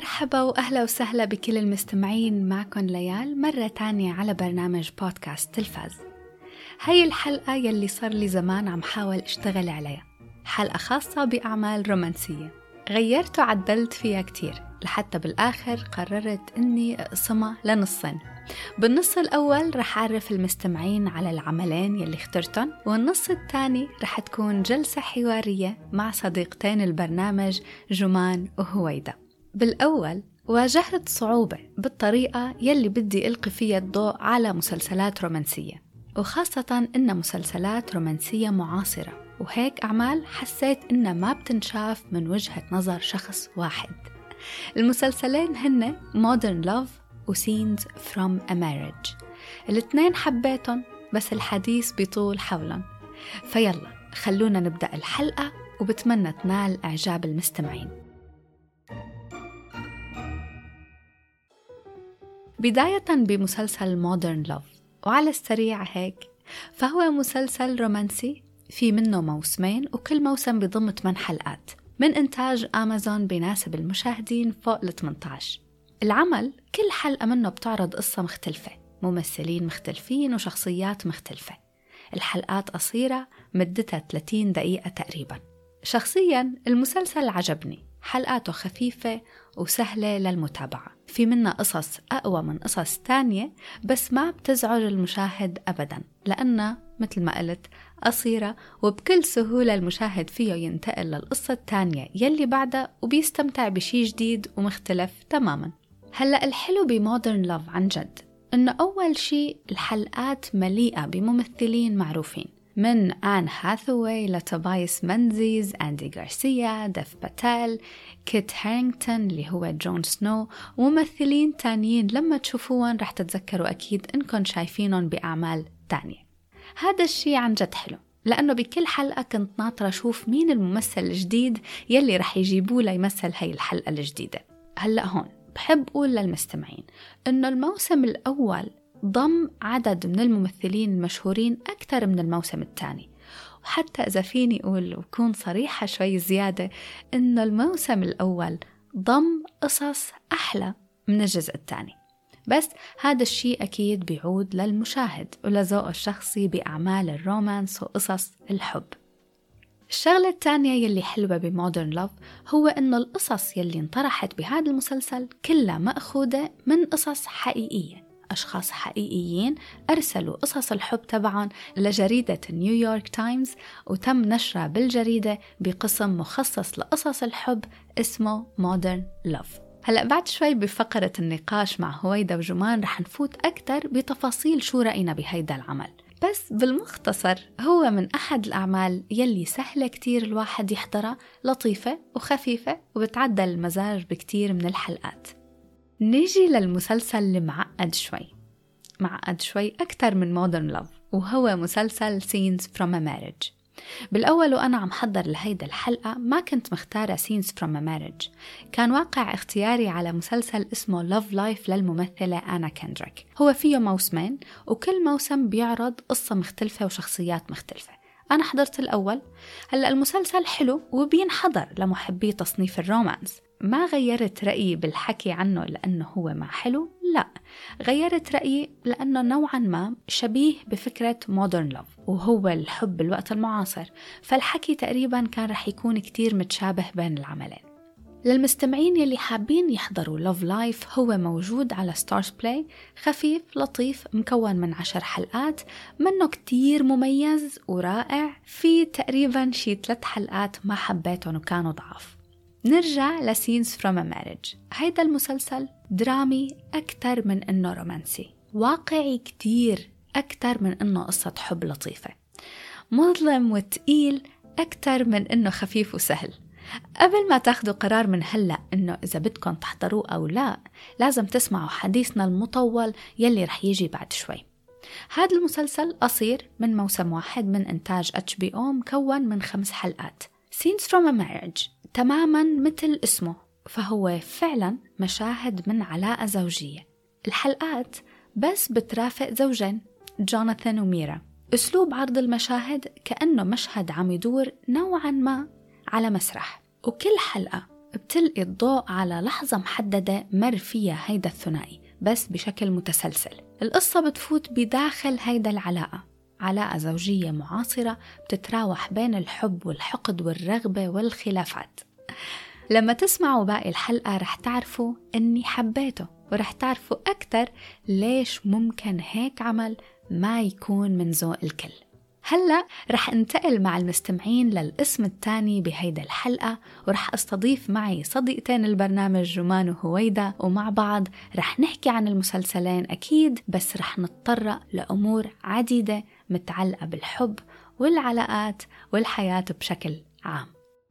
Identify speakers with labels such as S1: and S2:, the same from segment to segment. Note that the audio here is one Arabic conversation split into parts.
S1: مرحبا وأهلا وسهلا بكل المستمعين. معكم ليال مرة تانية على برنامج بودكاست تلفاز. هاي الحلقة يلي صار لي زمان عم حاول اشتغل عليها، حلقة خاصة بأعمال رومانسية. غيرت وعدلت فيها كتير لحتى بالآخر قررت أني أقسمها لنصين. بالنص الأول رح أعرف المستمعين على العملين يلي اخترتهم، والنص الثاني رح تكون جلسة حوارية مع صديقتين البرنامج جمان وهويدا. بالأول واجهت صعوبة بالطريقة يلي بدي ألقي فيها الضوء على مسلسلات رومانسية، وخاصة إنها مسلسلات رومانسية معاصرة، وهيك أعمال حسيت إنها ما بتنشاف من وجهة نظر شخص واحد. المسلسلين هن Modern Love و Scenes from a Marriage. الاثنين حبيتهم بس الحديث بيطول حولهم، فيلا خلونا نبدأ الحلقة وبتمنى تنال إعجاب المستمعين. بداية بمسلسل Modern Love، وعلى السريع هيك فهو مسلسل رومانسي في منه موسمين، وكل موسم بيضم 8 حلقات، من إنتاج أمازون بيناسب المشاهدين فوق ال 18. العمل كل حلقة منه بتعرض قصة مختلفة، ممثلين مختلفين وشخصيات مختلفة. الحلقات قصيرة مدتها 30 دقيقة تقريبا. شخصيا المسلسل عجبني، حلقاته خفيفة وسهلة للمتابعة، في منها قصص أقوى من قصص تانية بس ما بتزعج المشاهد أبدا، لأنها مثل ما قلت قصيرة، وبكل سهولة المشاهد فيه ينتقل للقصة التانية يلي بعدها وبيستمتع بشي جديد ومختلف تماما. هلأ الحلو بمودرن لوف عن جد إنه أول شي الحلقات مليئة بممثلين معروفين، من آن هاثاواي لتوبايس منزيز، أندي غارسيا، ديف باتيل، كيت هارينغتون اللي هو جون سنو، وممثلين تانيين لما تشوفوهم رح تتذكروا أكيد إنكم شايفينهم بأعمال تانية. هذا الشي عن جد حلو، لأنه بكل حلقة كنت ناطرة أشوف مين الممثل الجديد يلي رح يجيبوه ليمثل هاي الحلقة الجديدة. هلأ هون بحب أقول للمستمعين إنه الموسم الأول ضم عدد من الممثلين المشهورين أكثر من الموسم الثاني، وحتى إذا فيني أقول وكون صريحة شوي زيادة إنه الموسم الأول ضم قصص أحلى من الجزء الثاني، بس هذا الشيء أكيد بيعود للمشاهد ولذوقه الشخصي بأعمال الرومانس وقصص الحب. الشغلة الثانية يلي حلوة بمودرن لوف هو إنه القصص يلي انطرحت بهذا المسلسل كلها مأخوذة من قصص حقيقية، أشخاص حقيقيين أرسلوا قصص الحب تبعاً لجريدة نيويورك تايمز، وتم نشرها بالجريدة بقسم مخصص لقصص الحب اسمه مودرن لوف. هلأ بعد شوي بفقرة النقاش مع هويدا وجمان رح نفوت أكتر بتفاصيل شو رأينا بهيدا العمل، بس بالمختصر هو من أحد الأعمال يلي سهلة كتير الواحد يحضرها، لطيفة وخفيفة وبتعدل المزاج بكتير من الحلقات. نيجي للمسلسل المعقد شوي أكتر من مودرن لوف، وهو مسلسل Scenes from a Marriage. بالأول وأنا عم حضر لهيدا الحلقة ما كنت مختارة Scenes from a Marriage، كان واقع اختياري على مسلسل اسمه Love Life للممثلة آنا كندريك. هو فيه موسمين وكل موسم بيعرض قصة مختلفة وشخصيات مختلفة. أنا حضرت الأول. هلأ المسلسل حلو وبينحضر لمحبي تصنيف الرومانس، ما غيرت رأيي بالحكي عنه لأنه هو ما حلو، لا، غيرت رأيي لأنه نوعا ما شبيه بفكرة مودرن لوف وهو الحب بالوقت المعاصر، فالحكي تقريبا كان رح يكون كتير متشابه بين العملين. للمستمعين يلي حابين يحضروا لوف لايف هو موجود على ستارز بلاي، خفيف لطيف مكون من 10 حلقات، منه كتير مميز ورائع، في تقريبا شي 3 حلقات ما حبيتهم وكانوا ضعاف. نرجع لسينز فروم a Marriage. هيدا المسلسل درامي أكتر من إنه رومانسي، واقعي كتير أكتر من إنه قصة حب لطيفة، مظلم وتقيل أكتر من إنه خفيف وسهل. قبل ما تاخدوا قرار من هلأ إنه إذا بدكم تحضروه أو لا، لازم تسمعوا حديثنا المطول يلي رح يجي بعد شوي. هذا المسلسل قصير من موسم واحد من إنتاج HBO، مكون من 5 حلقات. Scenes from a Marriage تماماً مثل اسمه، فهو فعلاً مشاهد من علاقة زوجية. الحلقات بس بترافق زوجين، جوناثان وميرا. أسلوب عرض المشاهد كأنه مشهد عم يدور نوعاً ما على مسرح، وكل حلقة بتلقي الضوء على لحظة محددة مر فيها هيدا الثنائي بس بشكل متسلسل. القصة بتفوت بداخل هيدا العلاقة، علاقة زوجية معاصرة بتتراوح بين الحب والحقد والرغبة والخلافات. لما تسمعوا باقي الحلقة رح تعرفوا أني حبيته، ورح تعرفوا أكتر ليش ممكن هيك عمل ما يكون من ذوق الكل. هلأ رح انتقل مع المستمعين للقسم الثاني بهيدا الحلقة، ورح استضيف معي صديقتين البرنامج جمان وهويدا، ومع بعض رح نحكي عن المسلسلين أكيد، بس رح نتطرق لأمور عديدة متعلقة بالحب والعلاقات والحياة بشكل عام.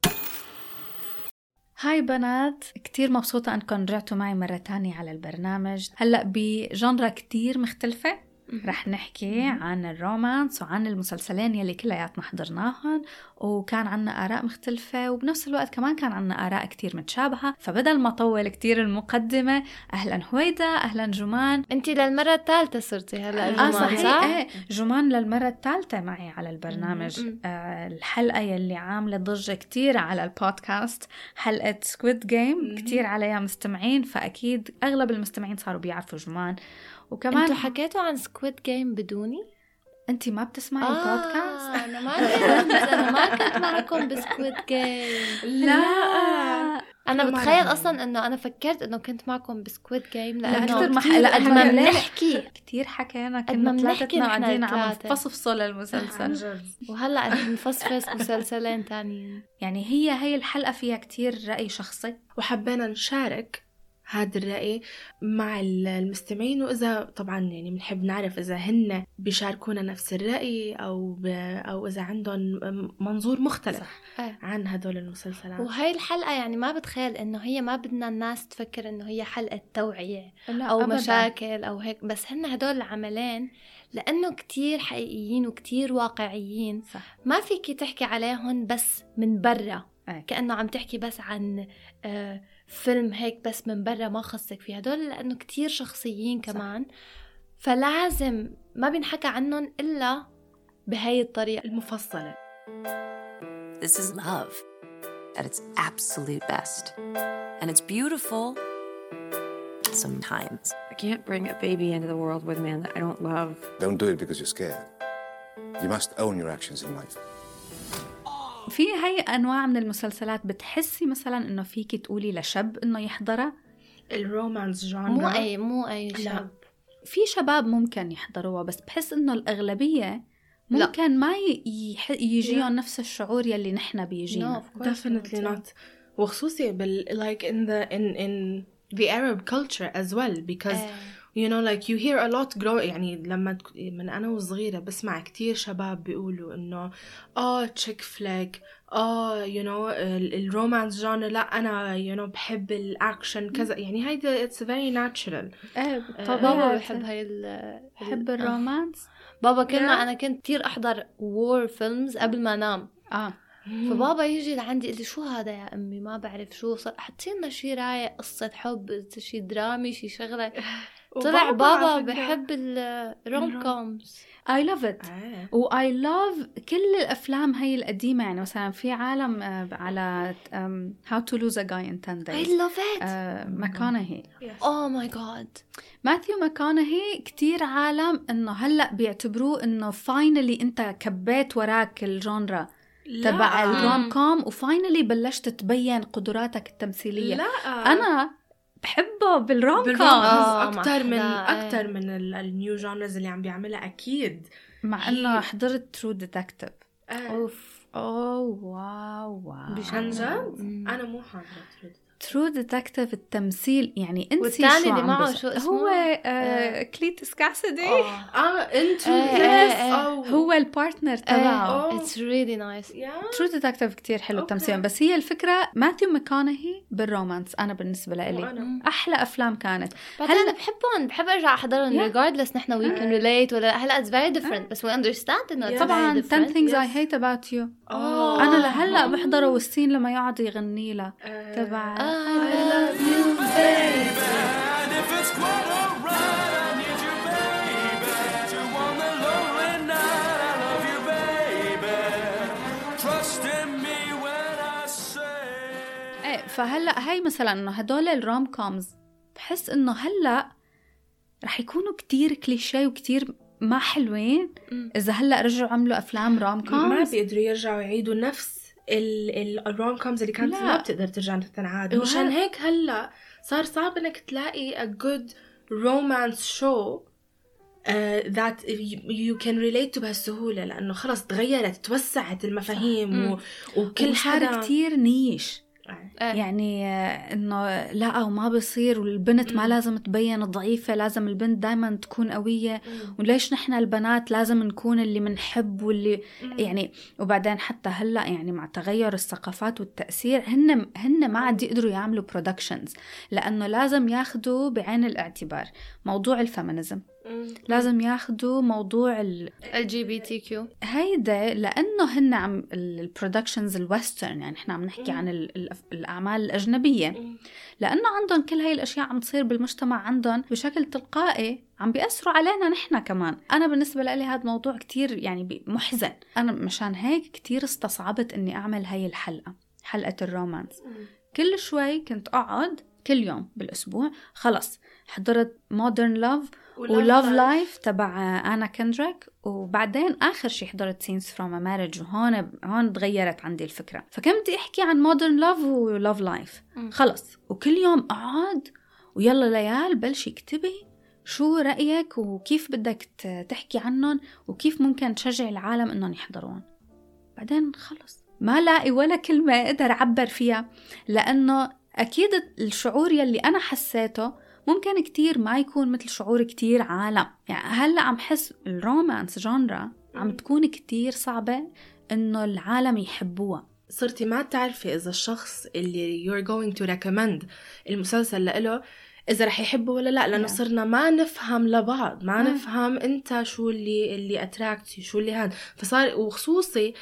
S1: هاي بنات، كتير مبسوطة أنكم رجعتوا معي مرة تانية على البرنامج، هلأ بجنرة كتير مختلفة. رح نحكي عن الرومانس وعن المسلسلين يلي كلياتنا حضرناهن، وكان عنا آراء مختلفة، وبنفس الوقت كمان كان عنا آراء كتير متشابهة. فبدل ما طول كتير المقدمة، أهلا هويدا، أهلا جمان.
S2: أنتي للمرة الثالثة صرتي هلأ جمان،
S1: صحيح؟ ايه جمان للمرة الثالثة معي على البرنامج. الحلقة يلي عاملة ضجة كتير على البودكاست، حلقة سكويد جيم، كتير عليها مستمعين، فأكيد أغلب المستمعين صاروا بيعرفوا جمان. وكمان
S2: انتوا حكيتوا عن سكويد جيم بدوني؟
S1: انتي ما بتسمعي البودكاست؟
S2: انا ما كنت معكم بسكويد جيم.
S1: لا
S2: انا بتخيل اصلا انه انا فكرت انه كنت معكم بسكويد جيم
S1: لانه
S2: لانه بنحكي
S1: كتير حكينا، كنا ثلاثتنا قاعدين عم نفصفص المسلسل،
S2: وهلا نفصفص مسلسلين تانيين.
S1: يعني هي الحلقة فيها كتير رأي شخصي،
S3: وحبينا نشارك هذا الرأي مع المستمعين، وإذا طبعا يعني بنحب نعرف إذا هن بيشاركونا نفس الرأي أو إذا عندهم منظور مختلف عن هدول المسلسلات.
S2: وهي الحلقة يعني ما بتخيل إنه هي ما بدنا الناس تفكر إنه هي حلقة توعية أو أبداً مشاكل أو هيك، بس هن هدول العملين لأنه كتير حقيقيين وكتير واقعيين.
S1: صح.
S2: ما فيك تحكي عليهم بس من برا، كأنه عم تحكي بس عن فيلم هيك بس من برا، ما خصك فيه هدول لأنه كتير شخصيين كمان. صح. فلازم ما بنحكى عنهم إلا بهاي الطريقة
S3: المفصلة.
S4: This is love at its absolute best. And it's beautiful sometimes.
S5: I can't bring a baby into the world with a man that I don't love.
S6: Don't do it because you're scared. You must own your actions in life.
S1: في هاي أنواع من المسلسلات بتحسي مثلا إنه فيكي تقولي لشاب إنه يحضرها؟
S3: الرومانس جانرا
S2: مو أي شاب.
S1: في شباب ممكن يحضروها، بس بحس إنه الأغلبية ممكن ما يجيهم نفس الشعور يلي نحنا بيجينا.
S3: definitely not. وخصوصي like in the Arab culture as well, because you know like you hear a lot يعني لما من أنا وصغيرة بسمع كتير شباب بيقولوا إنه chick flick you know الرومانس جانر، لا أنا you know بحب الأكشن كذا، يعني هيدا it's very natural.
S2: بابا بحب
S1: الرومانس.
S2: بابا أنا كنت كتير أحضر war films قبل ما أنام. فبابا يجي لعندي يقول لي شو هذا يا أمي، ما بعرف شو، حطينا شي رايق، قصة حب، شي درامي، شي شغلة. طلع بابا بحب الروم كومز.
S1: I love it. و I love كل الأفلام هاي القديمة، يعني مثلا في عالم على How to lose a guy in 10 days.
S2: I love it.
S1: ماكونهي.
S2: Oh my god.
S1: ماثيو ماكونهي كتير عالم إنه هلأ بيعتبروه إنه finally أنت كبيت وراك الجونرا تبع الروم كوم، وفاينلي بلشت تبين قدراتك التمثيلية.
S3: لا
S1: أنا بحبه بالروم كوم
S3: أكتر من النيو جانرز اللي عم بيعملها أكيد،
S1: مع إنه حضرت ترو ديتكتيف. واو
S3: بشان جد أنا مو حاضرة
S1: ترو ديتكتيف. التمثيل يعني انسي
S2: والتاني اللي معه شو اسمه؟
S1: هو كليتس كاسيدي. هو البارتنر تبعه.
S2: It's really nice.
S1: ترو ديتكتيف كتير حلو التمثيل. بس هي الفكرة ماثيو ماكونهي بالرومانس أنا بالنسبة لي أحلى أفلام كانت.
S2: هلا بحب أرجع أحضرهم regardless نحن we can relate ولا هلا it's very different بس we understand إنه
S1: طبعا 10 things I hate about you. أنا لهلا بحضره، والسين لما يقعد يغني له تبع
S2: I love you baby.
S7: And if it's quite alright, I need you baby. To on the lonely night, I love you baby. Trust in me when I say.
S1: فهلأ هاي مثلا إنه هدول الروم كومز بحس إنه هلأ رح يكونوا كتير كليشيه وكتير ما حلوين إذا هلأ رجعوا عملوا أفلام روم كومز.
S3: ما بيقدروا يرجعوا يعيدوا نفس الروم كومز اللي كانت ما بتقدر ترجع تنعاد. مشان هيك هلأ صار صعب إنك تلاقي a good romance show that you can relate to بهالسهولة، لأنه خلص تغيرت توسعت المفاهيم وكل حدا
S1: كتير نيش. يعني إنه لا وما بيصير، والبنت ما لازم تبين ضعيفة، لازم البنت دايما تكون قوية، وليش نحن البنات لازم نكون اللي منحب واللي يعني. وبعدين حتى هلأ يعني مع تغير الثقافات والتأثير هن ما عاد يقدروا يعملوا برودكشنز، لأنه لازم ياخدوا بعين الاعتبار موضوع الفيمينيزم، لازم ياخدوا موضوع
S2: LGBT
S1: هيدا، لأنه هن عم البرودكشنز الويسترن، يعني إحنا عم نحكي عن الأعمال الأجنبية، لأنه عندهم كل هاي الأشياء عم تصير بالمجتمع عندهم بشكل تلقائي، عم بيأثروا علينا نحن كمان. أنا بالنسبة لي هذا موضوع كتير يعني محزن. أنا مشان هيك كتير استصعبت إني أعمل هاي حلقة الرومانس. كل شوي كنت أقعد كل يوم بالأسبوع خلص حضرت Modern Love ولوف لايف تبع أنا كندريك، وبعدين آخر شي حضرت Scenes from a Marriage، وهون تغيرت عندي الفكرة. فكنت بدي أحكي عن Modern Love ولوف لايف خلص، وكل يوم أقعد ويلا ليال بلشي اكتبي شو رأيك وكيف بدك تحكي عنهم وكيف ممكن تشجع العالم إنهم يحضرون. بعدين خلص ما لاقي ولا كلمة أقدر أعبر فيها، لأنه أكيد الشعور يلي أنا حسيته ممكن كتير ما يكون مثل شعور كتير عالم. يعني هلأ عم حس الرومانس جانرا عم تكون كتير صعبة إنه العالم يحبوها.
S3: صرتي ما تعرفي إذا الشخص اللي you're going to recommend المسلسل لإله إذا رح يحبه ولا لا، لأنه صرنا ما نفهم لبعض، ما نفهم أنت شو اللي أتراكتي، شو اللي هاد. فصار وخصوصي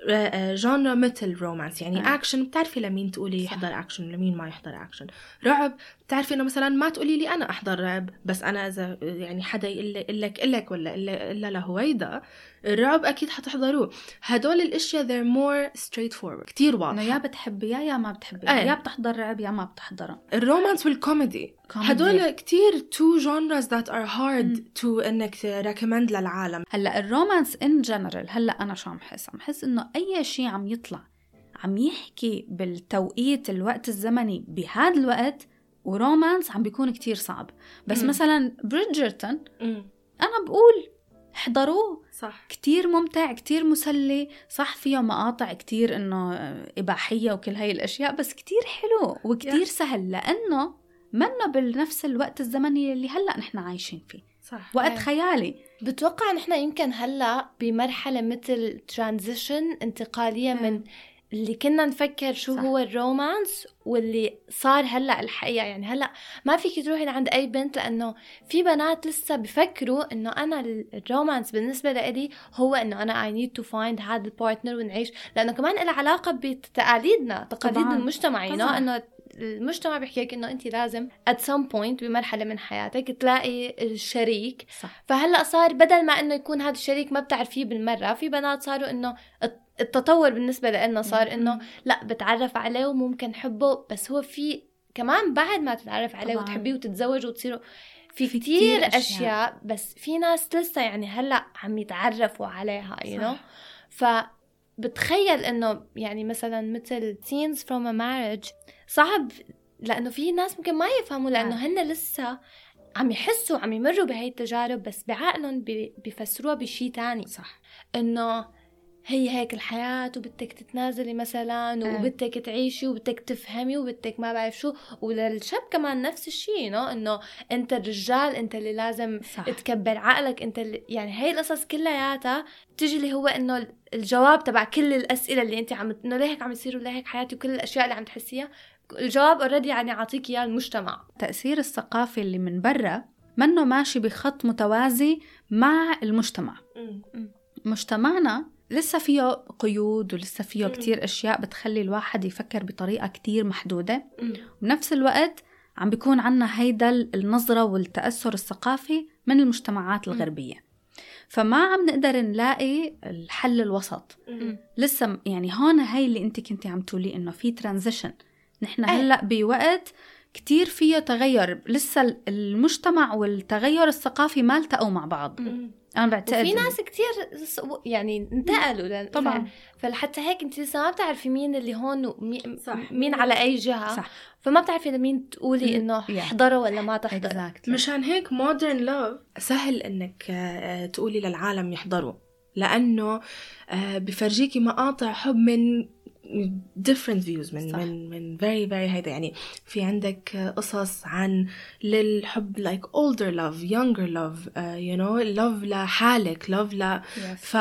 S3: جانرا مثل رومانس، يعني أكشن بتعرفي لمين تقولي يحضر أكشن لمين ما يحضر أكشن. رعب بتعرفي إنه مثلا ما تقولي لي أنا أحضر رعب، بس أنا إذا يعني حدا إلك ولا إلا لهويدا الرعب أكيد حتحضروه. هدول الأشياء they're more straightforward، كتير واضح
S1: إنه يا بتحبي يا ما بتحبي، يا بتحضر رعب يا ما بتحضره.
S3: الرومانس والكوميدي هدول كتير two genres that are hard to إنك recommend للعالم.
S1: هلأ الرومانس in general هلأ أنا شو عم حس إنه أي شيء عم يطلع عم يحكي بالتوقيت الوقت الزمني بهذا الوقت ورومانس عم بيكون كتير صعب. بس مثلا بريدجرتون أنا بقول احضروه، صح، كتير ممتع كتير مسلي، صح فيه مقاطع كتير إنه إباحية وكل هاي الأشياء، بس كتير حلو وكتير سهل لأنه منا بالنفس الوقت الزمني اللي هلأ نحن عايشين فيه، صح، وقت خيالي.
S2: بتوقع نحن يمكن هلأ بمرحلة مثل ترانزيشن انتقالية من اللي كنا نفكر شو هو الرومانس واللي صار هلأ الحقيقة. يعني هلأ ما فيك تروحي لعند أي بنت، لأنه في بنات لسه بفكروا إنه أنا الرومانس بالنسبة لإلي هو إنه أنا I need to find هذا البارتنر ونعيش، لأنه كمان إله علاقة بتقاليدنا تقاليد المجتمع، إنه المجتمع بيحكيك إنه أنت لازم at some point بمرحلة من حياتك تلاقي الشريك، صح. فهلأ صار بدل ما إنه يكون هذا الشريك ما بتعرفيه بالمرة، في بنات صاروا إنه التطور بالنسبة لنا صار إنه لا بتعرف عليه وممكن حبه، بس هو في كمان بعد ما تتعرف عليه طبعاً وتحبيه وتتزوج وتصيروا في كتير أشياء، بس في ناس لسه يعني هلأ عم يتعرفوا عليها فبتخيل إنه يعني مثلا مثل Scenes from a Marriage صعب، لأنه في ناس ممكن ما يفهموا، لأنه هن لسه عم يحسوا عم يمروا بهاي التجارب، بس بعقلهم بيفسروها بشي تاني، صح، إنه هي هيك الحياة وبدك تتنازلي مثلا وبدك تعيشي وبدك تفهمي وبدك ما بعرف شو. وللشاب كمان نفس الشيء، إنه أنت الرجال أنت اللي لازم تكبر عقلك، أنت اللي يعني هاي القصص كلها تيجي اللي هو إنه الجواب تبع كل الأسئلة اللي أنت إنه ليه هيك عم يصيروا، ليه هيك حياتي، وكل الأشياء اللي عم تحسيها الجواب already يعني عطيك إياه المجتمع.
S1: تأثير الثقافي اللي من برا منه ماشي بخط متوازي مع المجتمع. مجتمعنا لسه فيه قيود ولسه فيه كتير أشياء بتخلي الواحد يفكر بطريقة كتير محدودة، وبنفس الوقت عم بيكون عنا هيدا النظرة والتأثر الثقافي من المجتمعات الغربية، فما عم نقدر نلاقي الحل الوسط. لسه يعني هون هاي اللي انت كنتي عم تقولي إنه في ترانزيشن نحن هلأ بوقت كتير فيه تغير، لسه المجتمع والتغير الثقافي ما التقوا مع بعض. أنا بعتقد
S2: في ناس كتير يعني انتقلوا
S1: طبعا.
S2: فلحتى هيك انت لسه ما بتعرفي مين اللي هون ومين على اي جهة.
S1: صح.
S2: فما بتعرفي لمين تقولي انه حضروا ولا ما تحضروا.
S3: مشان هيك modern love سهل انك تقولي للعالم يحضروا، لانه بفرجيكي مقاطع حب من different views من very very هيدا. يعني في عندك قصص عن للحب like older love, younger love, you know, love لحالك, love ف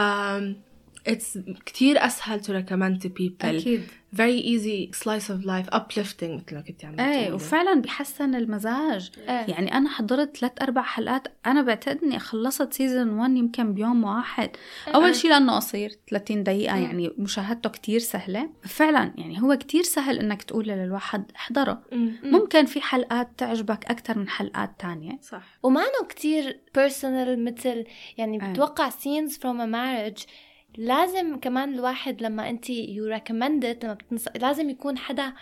S3: it's كتير أسهل to recommend to people.
S1: أكيد.
S3: very easy slice of life, uplifting مثل ما كنت عم
S1: وفعلا بيحسن المزاج. يعني أنا حضرت 3-4 حلقات، أنا بعتقد إني خلصت سيزن 1 يمكن بيوم واحد. أول شيء لأنه قصير 30 دقيقة، يعني مشاهدته كتير سهلة فعلا. يعني هو كتير سهل إنك تقول للواحد احضره. ممكن في حلقات تعجبك أكتر من حلقات تانية.
S3: صح.
S2: ومعنى كتير personal، مثل يعني بتوقع scenes from a marriage لازم كمان الواحد لما انتي you recommend it لازم يكون حدا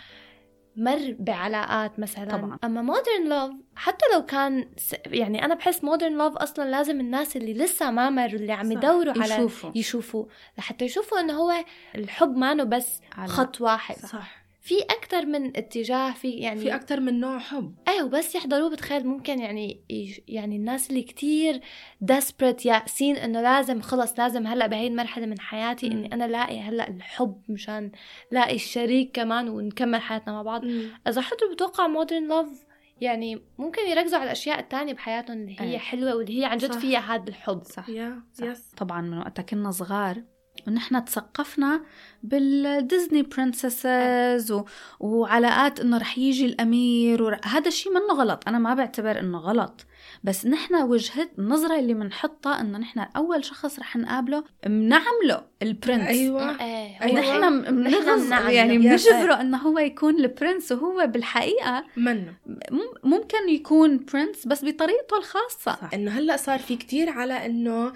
S2: مر بعلاقات مثلا.
S1: طبعا.
S2: اما modern love حتى لو كان يعني انا بحس modern love اصلا لازم الناس اللي لسه ما مروا اللي عم يدوروا على يشوفوا لحتى يشوفوا انه هو الحب مانو بس خط واحد.
S3: صح.
S2: في أكتر من اتجاه، في
S3: أكتر من نوع حب.
S2: وبس يحضروه بتخيل ممكن يعني الناس اللي كتير desperate يأسين إنه لازم هلأ بهاي المرحلة من حياتي إني أنا لاقي هلأ الحب مشان لاقي الشريك كمان ونكمل حياتنا مع بعض. إذا حضروا بتوقع modern love يعني ممكن يركزوا على الأشياء التانية بحياتهم اللي هي حلوة واللي هي عن جد فيها هذا الحب.
S1: صح. طبعا من وقتها كنا صغار ونحن تثقفنا بالديزني برنسسز وعلاقات انه رح يجي الامير هذا الشيء منه غلط، انا ما بعتبر انه غلط، بس نحن وجهة النظرة اللي منحطها انه نحن اول شخص رح نقابله بنعمله البرنس. نحن بنغز يعني بنجبره انه هو يكون البرنس، وهو بالحقيقة
S3: منه
S1: ممكن يكون برنس بس بطريقته الخاصة.
S3: انه هلأ صار في كتير على انه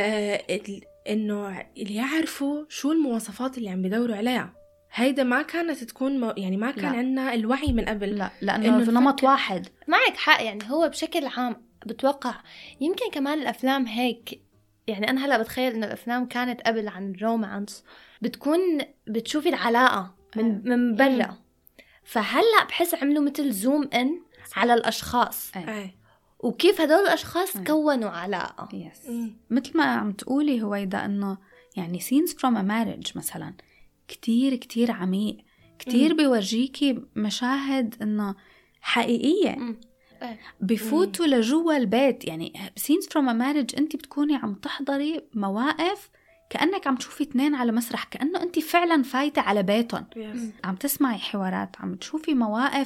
S3: إنه اللي يعرفوا شو المواصفات اللي عم بيدوروا عليها. هيدا ما كانت تكون يعني ما كان عندنا الوعي من قبل.
S1: لا، لأنه في نمط واحد.
S2: معك حق. يعني هو بشكل عام بتوقع يمكن كمان الأفلام هيك. يعني أنا هلأ بتخيل إنه الأفلام كانت قبل عن الرومانس بتكون بتشوفي العلاقة من برا، فهلأ بحس عملوا مثل زوم إن على الأشخاص وكيف هدول الأشخاص كونوا علاقة.
S1: مثل ما عم تقولي هويدا إنه يعني scenes from a marriage مثلا كتير كتير عميق، كتير بيورجيكي مشاهد إنه حقيقية بفوتوا لجوا البيت. يعني scenes from a marriage أنت بتكوني عم تحضري مواقف كأنك عم تشوفي 2 على مسرح، كأنه أنت فعلا فايتة على بيتهم. عم تسمعي حوارات، عم تشوفي مواقف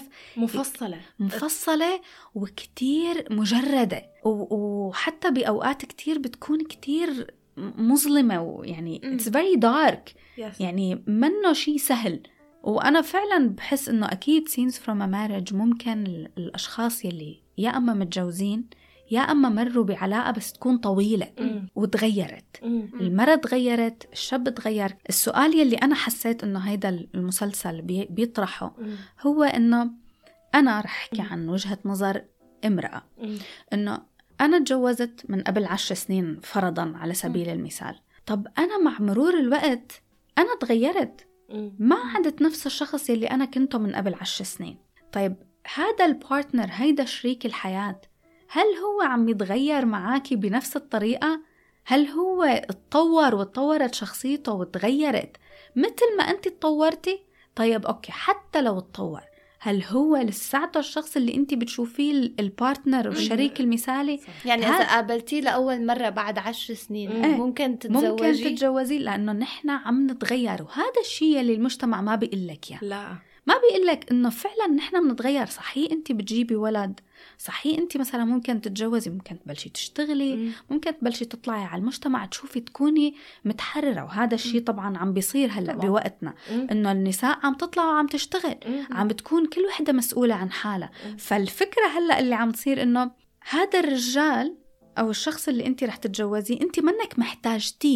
S1: مفصلة وكتير مجردة، وحتى بأوقات كتير بتكون كتير مظلمة، ويعني it's very dark. يعني منه شيء سهل. وأنا فعلا بحس إنه أكيد scenes from a marriage ممكن الأشخاص يلي يا أما متجوزين يا أما مروا بعلاقة بس تكون طويلة وتغيرت، المرة تغيرت، الشاب تغير. السؤال يلي أنا حسيت إنه هيدا المسلسل بيطرحه هو إنه أنا رح أحكي عن وجهة نظر امرأة، إنه أنا تجوزت من قبل 10 سنين فرضاً على سبيل المثال. طب أنا مع مرور الوقت أنا تغيرت، ما عدت نفس الشخص يلي أنا كنته من قبل 10 سنين. طيب هذا البارتنر، هيدا شريك الحياة، هل هو عم يتغير معاكي بنفس الطريقة؟ هل هو اتطور واتطورت شخصيته وتغيرت مثل ما أنت اتطورتي؟ طيب أوكي، حتى لو اتطور، هل هو لساته الشخص اللي أنت بتشوفيه البارتنر والشريك المثالي؟
S2: يعني إذا قابلتيه لأول مرة بعد 10 سنين ممكن
S1: تتجوزي لأنه نحن عم نتغير. وهذا الشيء اللي المجتمع ما بيقلك يا
S3: لا،
S1: ما بيقلك إنه فعلا نحن بنتغير. صحيح أنت بتجيبي ولد، صحيح أنت مثلا ممكن تتجوزي، ممكن تبلشي تشتغلي، ممكن تبلشي تطلعي على المجتمع، تشوفي تكوني متحررة. وهذا الشيء طبعا عم بيصير هلأ بوقتنا، إنه النساء عم تطلع وعم تشتغل، عم بتكون كل وحدة مسؤولة عن حالها. فالفكرة هلأ اللي عم تصير إنه هذا الرجال أو الشخص اللي أنت رح تتجوزيه أنت منك محتاجتيه،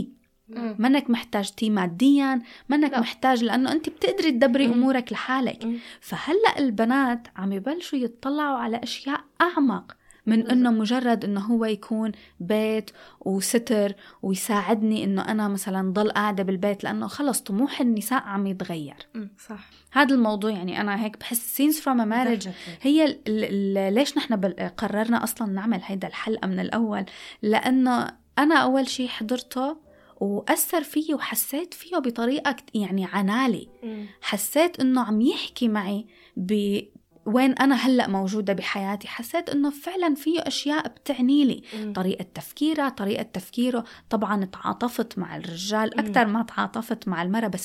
S1: منك محتاج تي ماديا، منك محتاج، لأنه أنت بتقدري تدبري أمورك لحالك. فهلأ البنات عم يبلشوا يتطلعوا على أشياء أعمق من إنه مجرد إنه هو يكون بيت وستر ويساعدني إنه أنا مثلا ضل قاعدة بالبيت، لأنه خلص طموح النساء عم يتغير.
S3: صح.
S1: هذا الموضوع يعني أنا هيك بحس scenes from a marriage هي ليش نحن قررنا أصلا نعمل هيدا الحلقة من الأول، لأنه أنا أول شيء حضرته وأثر فيه وحسيت فيه بطريقة يعني عنالي. حسيت إنه عم يحكي معي وين أنا هلأ موجودة بحياتي. حسيت إنه فعلا فيه أشياء بتعني لي، طريقة تفكيره. طبعا تعاطفت مع الرجال أكثر ما تعاطفت مع المرأة، بس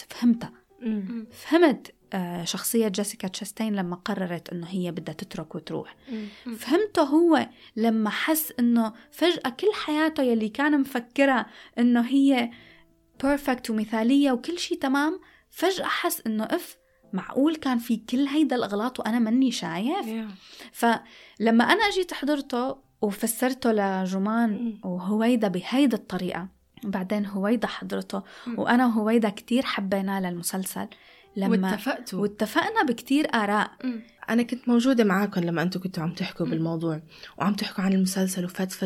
S1: فهمت شخصية جيسيكا تشاستين لما قررت إنه هي بدها تترك وتروح. فهمته هو لما حس إنه فجأة كل حياته يلي كان مفكرة إنه هي بيرفكت ومثالية وكل شيء تمام، فجأة حس إنه معقول كان في كل هيدا الأغلاط وأنا مني شايف. فلما أنا أجيت حضرته وفسرته لجمان وهويدا بهيدا الطريقة، بعدين هويدا حضرته وأنا وهويدا كتير حبينا للمسلسل لما واتفقنا بكتير آراء.
S3: أنا كنت موجودة معاكم لما أنتوا كنتوا عم تحكوا بالموضوع وعم تحكوا عن المسلسل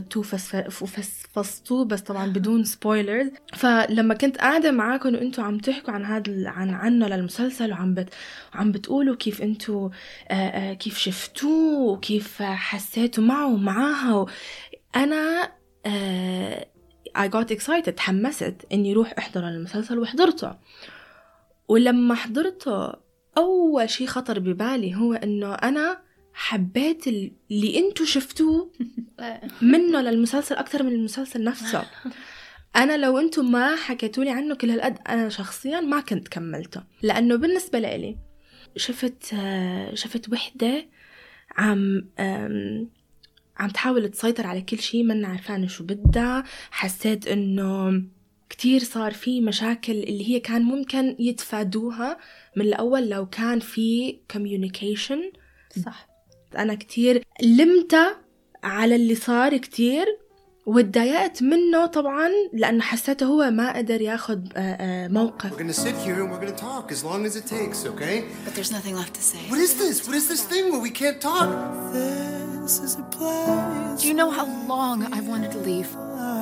S3: وفصفتوه بس طبعا بدون سبويلرز. فلما كنت قاعدة معاكم وأنتوا عم تحكوا عن هذا عنه للمسلسل وعم بتقولوا كيف أنتوا كيف شفتوه وكيف حسيتوا معه ومعاها، أنا I got excited، تحمست إني روح أحضر المسلسل وحضرته. ولما حضرته أول شيء خطر ببالي هو إنه أنا حبيت اللي أنتوا شفتوه منه للمسلسل أكتر من المسلسل نفسه. أنا لو أنتوا ما حكيتولي عنه كل هالقد أنا شخصيا ما كنت كملته، لأنه بالنسبة لي شفت وحدة عم تحاول تسيطر على كل شيء، ما عارفانة شو بدها. حسيت إنه كتير صار في مشاكل اللي هي كان ممكن يتفادوها من الأول لو كان في communication.
S1: صح.
S3: أنا كتير لمت على اللي صار كتير واتضايقت منه طبعا لأنه حسيته هو ما قدر ياخد موقف.
S8: We're gonna sit here and we're gonna talk as long as it takes, okay?
S9: But there's nothing left to say.
S8: What is this? What is this thing where we can't talk? This is a place.
S9: Do you know how long I've wanted to leave?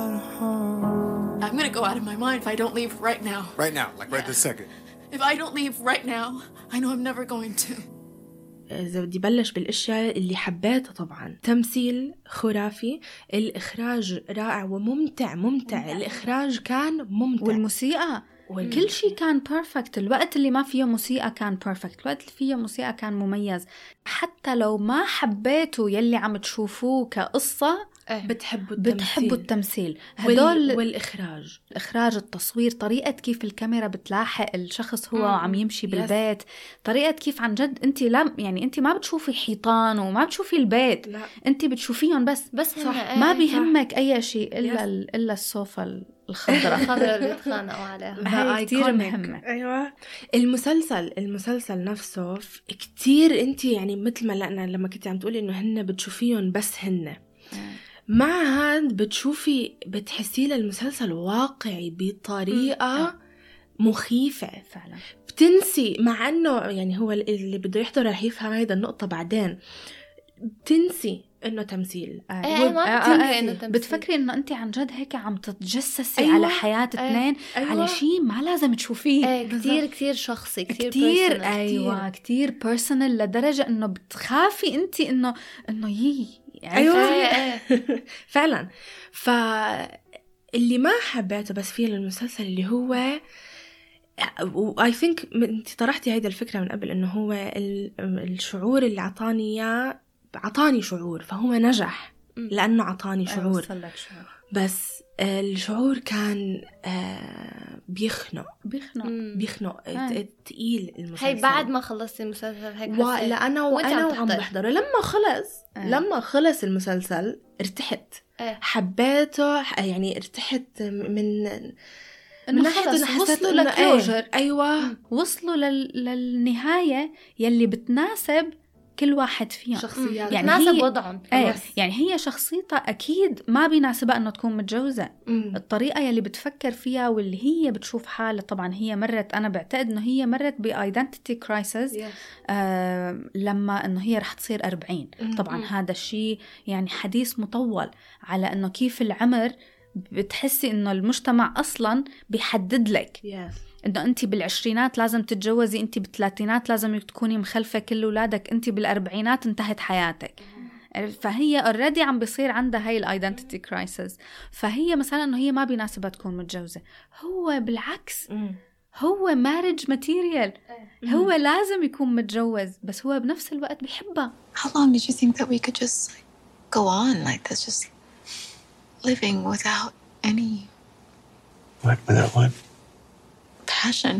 S9: I'm gonna go out of my mind if I don't leave right now.
S8: Right now, like right this second.
S9: If I don't leave right now, I know I'm never going to.
S3: إذا بدي بلش بالأشياء اللي حبيتها، طبعا تمثيل خرافي، الإخراج رائع وممتع. الإخراج كان ممتع،
S1: والموسيقى كل شيء كان بيرفكت. الوقت اللي ما فيه موسيقى كان بيرفكت، الوقت اللي فيه موسيقى كان مميز. حتى لو ما حبيتوا يلي عم تشوفوه كقصة بتحبوا التمثيل. هدول والإخراج، التصوير، طريقة كيف الكاميرا بتلاحق الشخص هو عم يمشي بالبيت، طريقة كيف عن جد انت انت ما بتشوفي حيطان وما بتشوفي البيت، لا. انت بتشوفيهم بس صح. ما بيهمك اي شيء الا الصوفة الخضراء
S2: اللي يتخانقوا عليها.
S1: هاي كتير مهمة.
S3: أيوة. المسلسل نفسه كتير انت يعني مثل ما لما كنت عم تقولي انه هن بتشوفيهم بس هن مع هاد بتحسي للمسلسل واقعي بطريقة مخيفة فعلا. بتنسي، مع انه يعني هو اللي بده يحضر رح يفهم هيدا النقطة بعدين، بتنسي انه تمثيل.
S1: بتفكري انه انت عن جد هيك عم تتجسسي على حياة اثنين على شيء ما لازم تشوفيه.
S2: كتير شخصي،
S1: كتير ايوه كتير بيرسونال، لدرجة انه بتخافي انت انه
S3: فعلا. فاللي ما حبيته بس فيه المسلسل اللي هو I think انت طرحتي هيدا الفكرة من قبل، انه هو الشعور اللي عطاني شعور، فهو نجح لأنه عطاني شعور. بس الشعور كان بيخنق تقيل المسلسل.
S2: هي بعد ما خلصت المسلسل هيك
S3: أنا وعم بحضره لما خلص المسلسل ارتحت. حبيته، يعني ارتحت من
S1: ناحية وصلوا لكلوجر.
S3: أيوة.
S1: وصلوا للنهاية يلي بتناسب كل واحد فيها
S3: شخصيات
S1: يعني
S2: تناسب
S1: هي
S2: وضعهم.
S1: يعني هي شخصيتها أكيد ما بيناسبها إنه تكون متجوزة. الطريقة يلي بتفكر فيها واللي هي بتشوف حالها، طبعا هي مرت، أنا بعتقد إنه هي مرت بايدنتيتي كرايسيس لما إنه هي رح تصير 40. طبعا هذا الشيء يعني حديث مطول على إنه كيف العمر بتحسي إنه المجتمع أصلا بيحدد لك إنه أنت بالعشرينات لازم تتجوزي، أنت بالثلاثينات لازم تكوني مخلفة كل أولادك، أنت بالأربعينات انتهت حياتك. فهي already عم بيصير عندها هاي الايدنتيتي كرايسيس. فهي مثلا إنه هي ما بيناسبها تكون متجوزة، هو بالعكس هو مارج ماتيريال، هو لازم يكون متجوز، بس هو بنفس الوقت بيحبها.
S9: How long did you think that we could just go on like this, just living without any
S6: Without what?
S9: passion?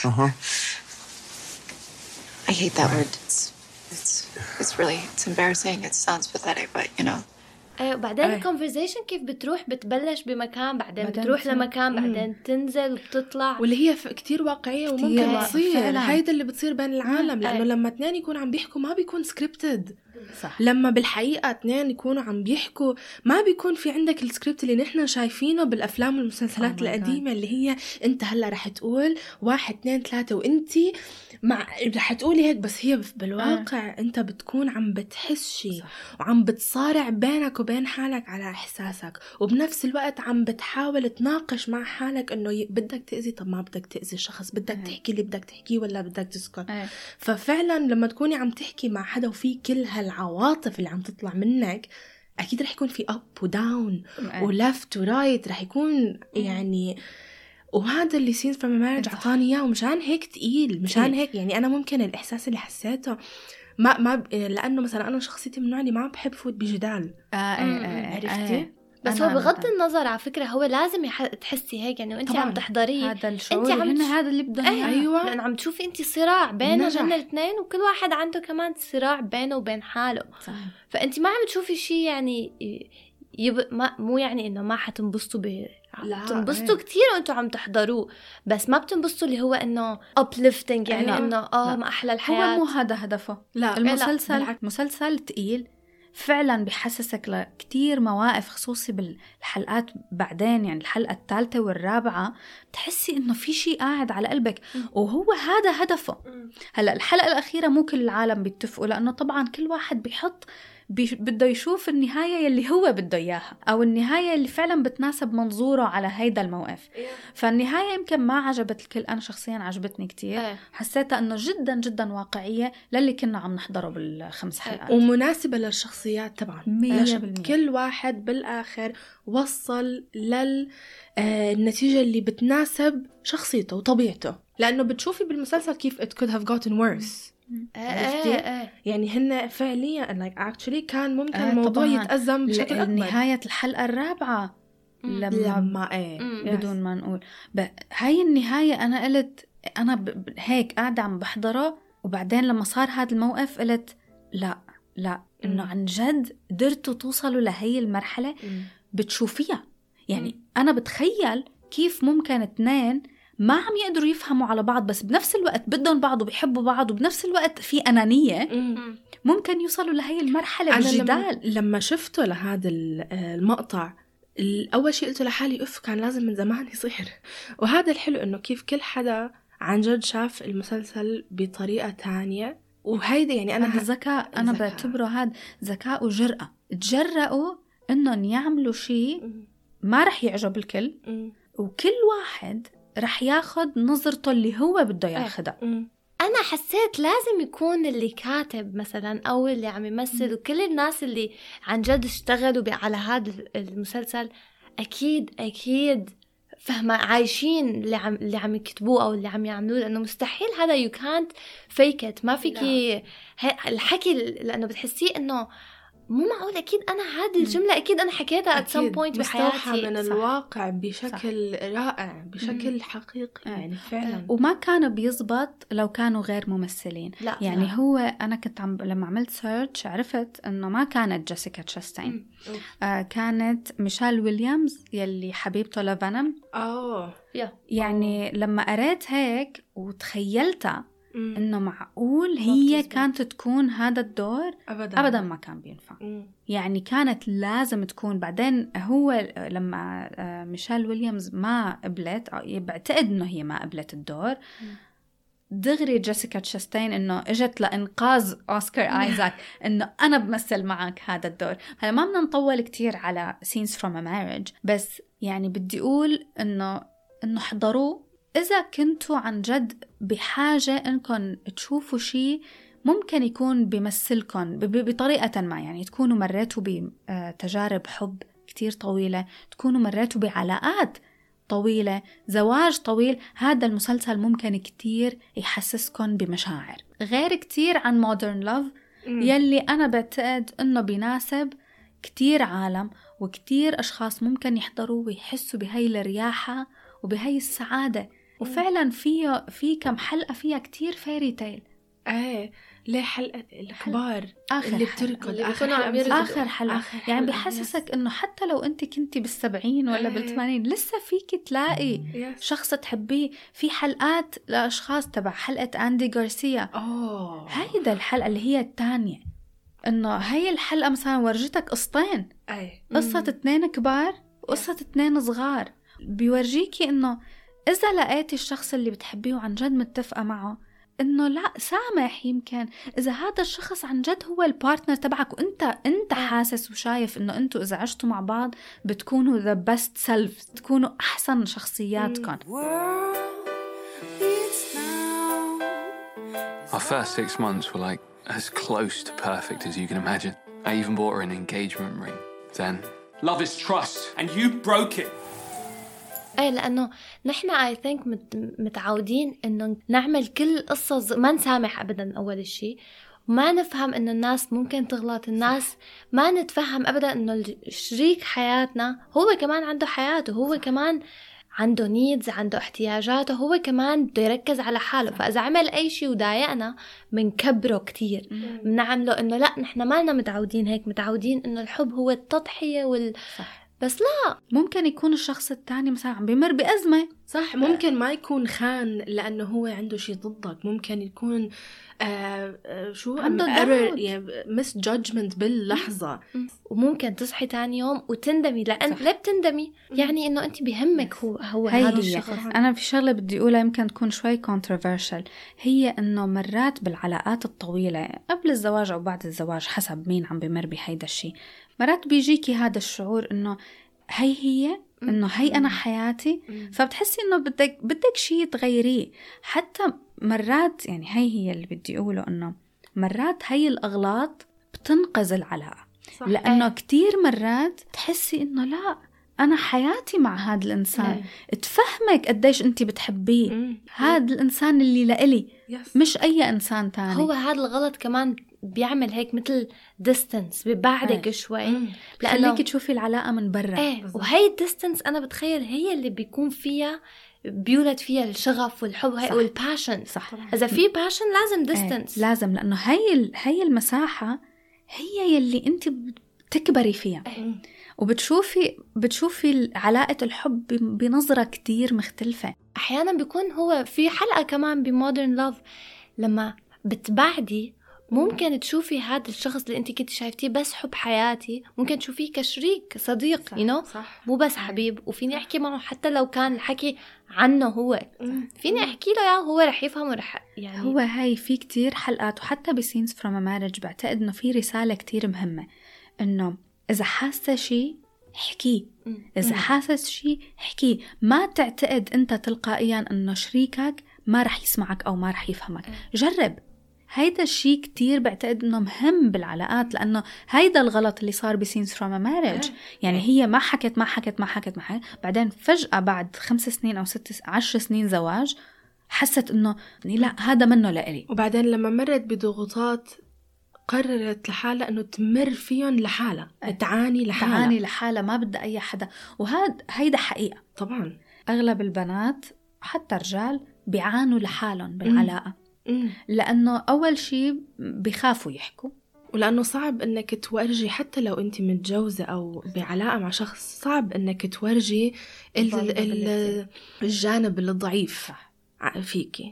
S9: I hate that word. It's really, it's embarrassing. It sounds pathetic, but you know.
S2: بعدين الكونفرزيشن كيف بتروح، بتبلش بمكان، بعدين بتروح لمكان، بعدين تنزل وبتطلع،
S3: واللي هي كتير واقعية وممكن تصير. هيدا اللي بتصير بين العالم، لأنه لما اثنين يكونوا عم بيحكوا ما بيكون سكريبتد. لما بالحقيقة اثنين يكونوا عم بيحكوا ما بيكون في عندك السكريبت اللي نحن شايفينه بالأفلام والمسلسلات القديمة اللي هي أنت هلأ رح تقول 1 2 3 وأنتي رح تقولي هيك، بس هي بالواقع أنت بتكون عم بتحس شيء وعم بتصارع بينك وبين حالك على إحساسك، وبنفس الوقت عم بتحاول تناقش مع حالك إنه بدك تأذي، طب ما بدك تأذي شخص، بدك تحكي اللي بدك تحكيه ولا بدك تسكت. ففعلا لما تكوني عم تحكي مع حدا وفي كل هالعواطف اللي عم تطلع منك، أكيد رح يكون في up وداون ولفت ورايت، رح يكون يعني. وهذا اللي سين فروم مارج عطاني إياه، ومشان هيك تقيل، مشان هيك يعني أنا ممكن الإحساس اللي حسيته ما لأنه مثلا أنا شخصيتي من نوع اللي ما بحب فوت بجدال. عرفتي؟
S2: بس هو بغض النظر على فكرة هو لازم تحسي هيك، يعني وانت عم تحضريه
S1: هذا الشعور هذا اللي بدنا
S2: ايوه، لأن عم تشوفي انت صراع بينهم الاثنين، وكل واحد عنده كمان صراع بينه وبين حاله. فانت ما عم تشوفي شيء يعني مو يعني انه ما حتنبسطوا تنبسطوا كتير وانتوا عم تحضروه، بس ما بتنبسطوا اللي هو انه uplifting، يعني انه ما احلى الحياة.
S1: هو مو هذا هدفه. لا المسلسل تقيل فعلا، بيحسسك لكتير مواقف، خصوصي بالحلقات بعدين، يعني الحلقة الثالثة والرابعة تحسي انه في شيء قاعد على قلبك، وهو هذا هدفه. هلا الحلقة الأخيرة مو كل العالم بيتفقوا، لأنه طبعا كل واحد بيحط بده يشوف النهاية اللي هو بده إياها، أو النهاية اللي فعلا بتناسب منظوره على هيدا الموقف. فالنهاية يمكن ما عجبت الكل، أنا شخصيا عجبتني كتير. حسيتها أنه جدا جدا واقعية للي كنا عم نحضره بال5 حلقات،
S3: ومناسبة للشخصيات طبعا
S1: 100%.
S3: كل واحد بالآخر وصل للنتيجة اللي بتناسب شخصيته وطبيعته، لأنه بتشوفي بالمسلسل كيف it could have gotten worse. يعني هن فعليا like actually كان ممكن الموضوع يتأزم بشكل أكبر.
S1: نهاية الحلقة الرابعة لما بدون ما نقول هاي النهاية، أنا قلت أنا هيك قاعدة عم بحضره، وبعدين لما صار هذا الموقف قلت لا إنه عن جد قدرتوا توصلوا لهي المرحلة. بتشوفيها يعني أنا بتخيل كيف ممكن 2 ما عم يقدروا يفهموا على بعض، بس بنفس الوقت بدهم بعض وبيحبوا بعض، وبنفس الوقت في أنانية ممكن يوصلوا لهي المرحلة بالجدال.
S3: لما شفته لهذا المقطع، الأول شيء قلته لحالي كان لازم من زمان يصير. وهذا الحلو إنه كيف كل حدا عن جد شاف المسلسل بطريقة تانية، وهيدا يعني أنا
S1: ذكاء، أنا بعتبره هذا ذكاء وجرأة. تجرأوا إنهم يعملوا شيء ما رح يعجب الكل، وكل واحد رح ياخد نظرته اللي هو بده ياخدها.
S2: أنا حسيت لازم يكون اللي كاتب مثلا أو اللي عم يمثل وكل الناس اللي عن جد اشتغلوا على هذا المسلسل أكيد فهم عايشين اللي عم يكتبوه أو اللي عم يعملوه، لأنه مستحيل هذا you can't fake it. ما فيك الحكي، لأنه بتحسيه إنه مو معقول. أكيد أنا هذه الجملة أكيد أنا حكيتها at some point بحياتي
S3: من الواقع بشكل رائع، بشكل حقيقي يعني فعلا.
S1: وما كان بيزبط لو كانوا غير ممثلين. يعني هو أنا كنت لما عملت سيرش عرفت أنه ما كانت جيسيكا تشاستين، كانت ميشيل ويليامز يلي حبيبته لفانم. يعني لما قريت هيك وتخيلتها إنه معقول هي كانت تكون هذا الدور؟ أبدا ما كان بينفع. يعني كانت لازم تكون. بعدين هو لما ميشيل ويليامز ما قبلت، بعتقد إنه هي ما قبلت الدور، دغري جيسيكا تشاستين إنه إجت لإنقاذ أوسكار آيزاك إنه أنا بمثل معك هذا الدور. هلا ما بدنا نطول كتير على Scenes from a Marriage، بس يعني بدي أقول إنه حضروه إذا كنتوا عن جد بحاجة إنكم تشوفوا شيء ممكن يكون بيمثلكم بطريقة ما. يعني تكونوا مريتوا بتجارب حب كتير طويلة، تكونوا مريتوا بعلاقات طويلة، زواج طويل، هذا المسلسل ممكن كتير يحسسكم بمشاعر غير كتير عن Modern Love يلي أنا بعتقد إنه بيناسب كتير عالم وكتير أشخاص ممكن يحضروا ويحسوا بهاي الرياحة وبهاي السعادة. وفعلا في كم حلقة فيها كتير فيري تيل.
S3: ليه حلقة الكبار
S1: اللي
S3: بتركض
S1: آخر حلقة يعني بيحسسك إنه حتى لو أنت كنتي بال70 ولا بال80 لسه فيك تلاقي شخص تحبيه. في حلقات لأشخاص تبع حلقة أندي غارسيا، هيدا الحلقة اللي هي الثانية، إنه هاي الحلقة مثلا ورجتك قصتين، قصة 2 كبار وقصة 2 صغار. بيورجيكي إنه إذا لقيتي الشخص اللي بتحبيه وعن جد متفقة معه، إنه لا سامح، يمكن إذا هذا الشخص عن جد هو البارتنر تبعك وإنت حاسس وشايف إنه أنتوا إذا عشتوا مع بعض بتكونوا the best self، تكونوا أحسن شخصياتكم.
S10: Our first 6 months were like as close to perfect as you can imagine. I even bought her an engagement ring. Then
S7: love is trust and you broke it.
S2: لأنه نحن I think متعودين إنه نعمل كل قصة ما نسامح أبدا. أول شيء ما نفهم إنه الناس ممكن تغلط، الناس ما نتفهم أبدا إنه الشريك حياتنا هو كمان عنده حياته، هو كمان عنده نيدز، عنده احتياجاته، هو كمان بده يركز على حاله. فإذا عمل أي شيء وضايقنا منكبره كتير، بنعمله إنه لا نحن ما لنا متعودين هيك، متعودين إنه الحب هو التضحية بس لا،
S1: ممكن يكون الشخص الثاني مثلا عم بيمر بأزمة،
S3: صح، ممكن ما يكون خان لأنه هو عنده شيء ضدك، ممكن يكون مس جادجمنت باللحظة،
S2: وممكن تصحي تاني يوم وتندمي. ليه بتندمي؟ يعني إنه أنت بهمك هو هذا الشخص.
S1: أنا في شغلة بدي أقولها يمكن تكون شوي controversial، هي إنه مرات بالعلاقات الطويلة قبل الزواج أو بعد الزواج حسب مين عم بمر بهيدا الشيء، مرات بيجيكي هذا الشعور إنه هي إنه هي أنا حياتي، فبتحسي إنه بدك شيء تغيريه. حتى مرات يعني هي اللي بدي أقوله، إنه مرات هي الأغلاط بتنقذ العلاقة، لأنه كتير مرات تحسي إنه لا أنا حياتي مع هذا الإنسان، تفهمك قديش أنت بتحبيه، هذا الإنسان اللي لإلي مش أي إنسان تاني.
S2: هو هذا الغلط كمان بيعمل هيك مثل distance، ببعدك شوي،
S1: لأنك تشوفي العلاقة من برا.
S2: وهي distance أنا بتخيل هي اللي بيكون فيها بيولد فيها الشغف والحب والباشن.
S1: صح.
S2: إذا في باشن لازم distance،
S1: لازم، لأنه هي المساحة هي يلي أنت بتكبري فيها. وبتشوفي علاقة الحب بنظرة كتير مختلفة.
S2: أحيانا بيكون هو في حلقة كمان بمودرن لاف لما بتبعدي ممكن تشوفي هذا الشخص اللي انت كنت شايفتيه بس حب حياتي، ممكن تشوفيه كشريك صديق، مو بس حبيب. وفيني احكي معه حتى لو كان الحكي عنه هو، فيني احكي له يا هو رح يفهم يعني
S1: هو هاي في كتير حلقات. وحتى بسينز فروم مارج بعتقد انه في رسالة كتير مهمة، انه اذا حاسة شيء احكيه، اذا حاسس شيء احكيه. ما تعتقد انت تلقائيا انه شريكك ما رح يسمعك او ما رح يفهمك. جرب. هيدا الشيء كتير بعتقد انه مهم بالعلاقات، لانه هيدا الغلط اللي صار بسينز فروم مارج. يعني هي ما حكت بعدين فجأة بعد 5 سنين او 10 سنين زواج حست انه لا هذا منه لإلي.
S3: وبعدين لما مرت بضغوطات قررت لحالها انه تمر فيهم لحالها، تعاني لحالها،
S1: ما بدها اي حدا. هيدا حقيقة.
S3: طبعا
S1: اغلب البنات حتى الرجال بيعانوا لحالهم بالعلاقة، لأنه أول شيء بيخافوا يحكوا،
S3: ولأنه صعب أنك تورجي حتى لو أنت متجوزة أو بعلاقة مع شخص، صعب أنك تورجي الجانب الضعيف فيكي.